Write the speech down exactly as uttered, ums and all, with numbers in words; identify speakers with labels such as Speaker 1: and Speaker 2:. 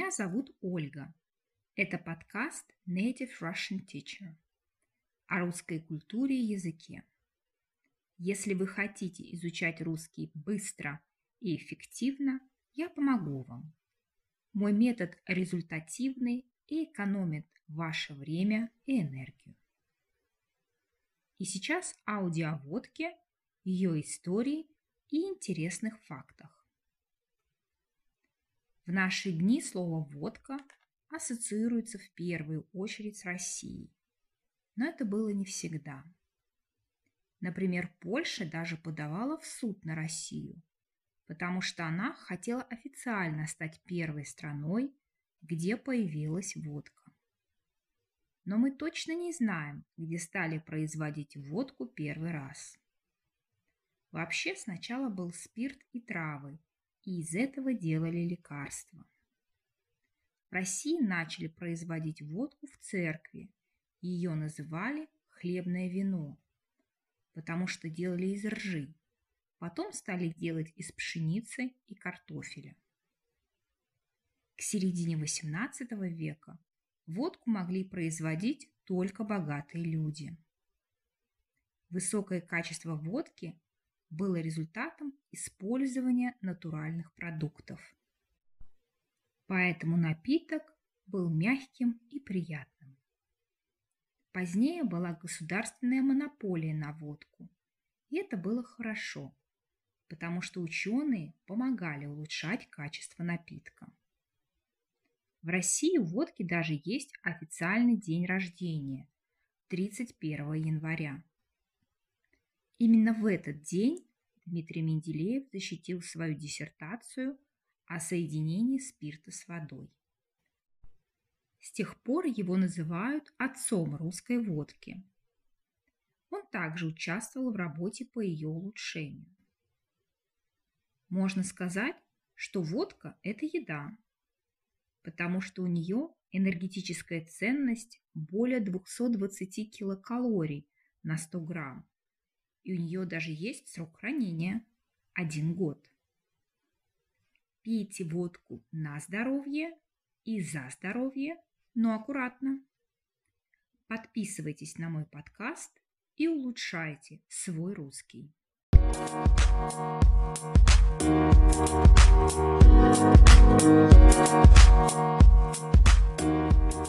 Speaker 1: Меня зовут Ольга. Это подкаст Native Russian Teacher о русской культуре и языке. Если вы хотите изучать русский быстро и эффективно, я помогу вам. Мой метод результативный и экономит ваше время и энергию. И сейчас аудио о водке, ее истории и интересных фактах. В наши дни слово «водка» ассоциируется в первую очередь с Россией. Но это было не всегда. Например, Польша даже подавала в суд на Россию, потому что она хотела официально стать первой страной, где появилась водка. Но мы точно не знаем, где стали производить водку первый раз. Вообще сначала был спирт и травы, и из этого делали лекарства. В России начали производить водку в церкви. Ее называли хлебное вино, потому что делали из ржи. Потом стали делать из пшеницы и картофеля. К середине восемнадцатого века водку могли производить только богатые люди. Высокое качество водки было результатом использования натуральных продуктов. Поэтому напиток был мягким и приятным. Позднее была государственная монополия на водку, и это было хорошо, потому что ученые помогали улучшать качество напитка. В России у водки даже есть официальный день рождения – тридцать первого января. Именно в этот день Дмитрий Менделеев защитил свою диссертацию о соединении спирта с водой. С тех пор его называют отцом русской водки. Он также участвовал в работе по ее улучшению. Можно сказать, что водка – это еда, потому что у нее энергетическая ценность более двести двадцать килокалорий на сто грамм. И у нее даже есть срок хранения – один год. Пейте водку на здоровье и за здоровье, но аккуратно. Подписывайтесь на мой подкаст и улучшайте свой русский. Thank you.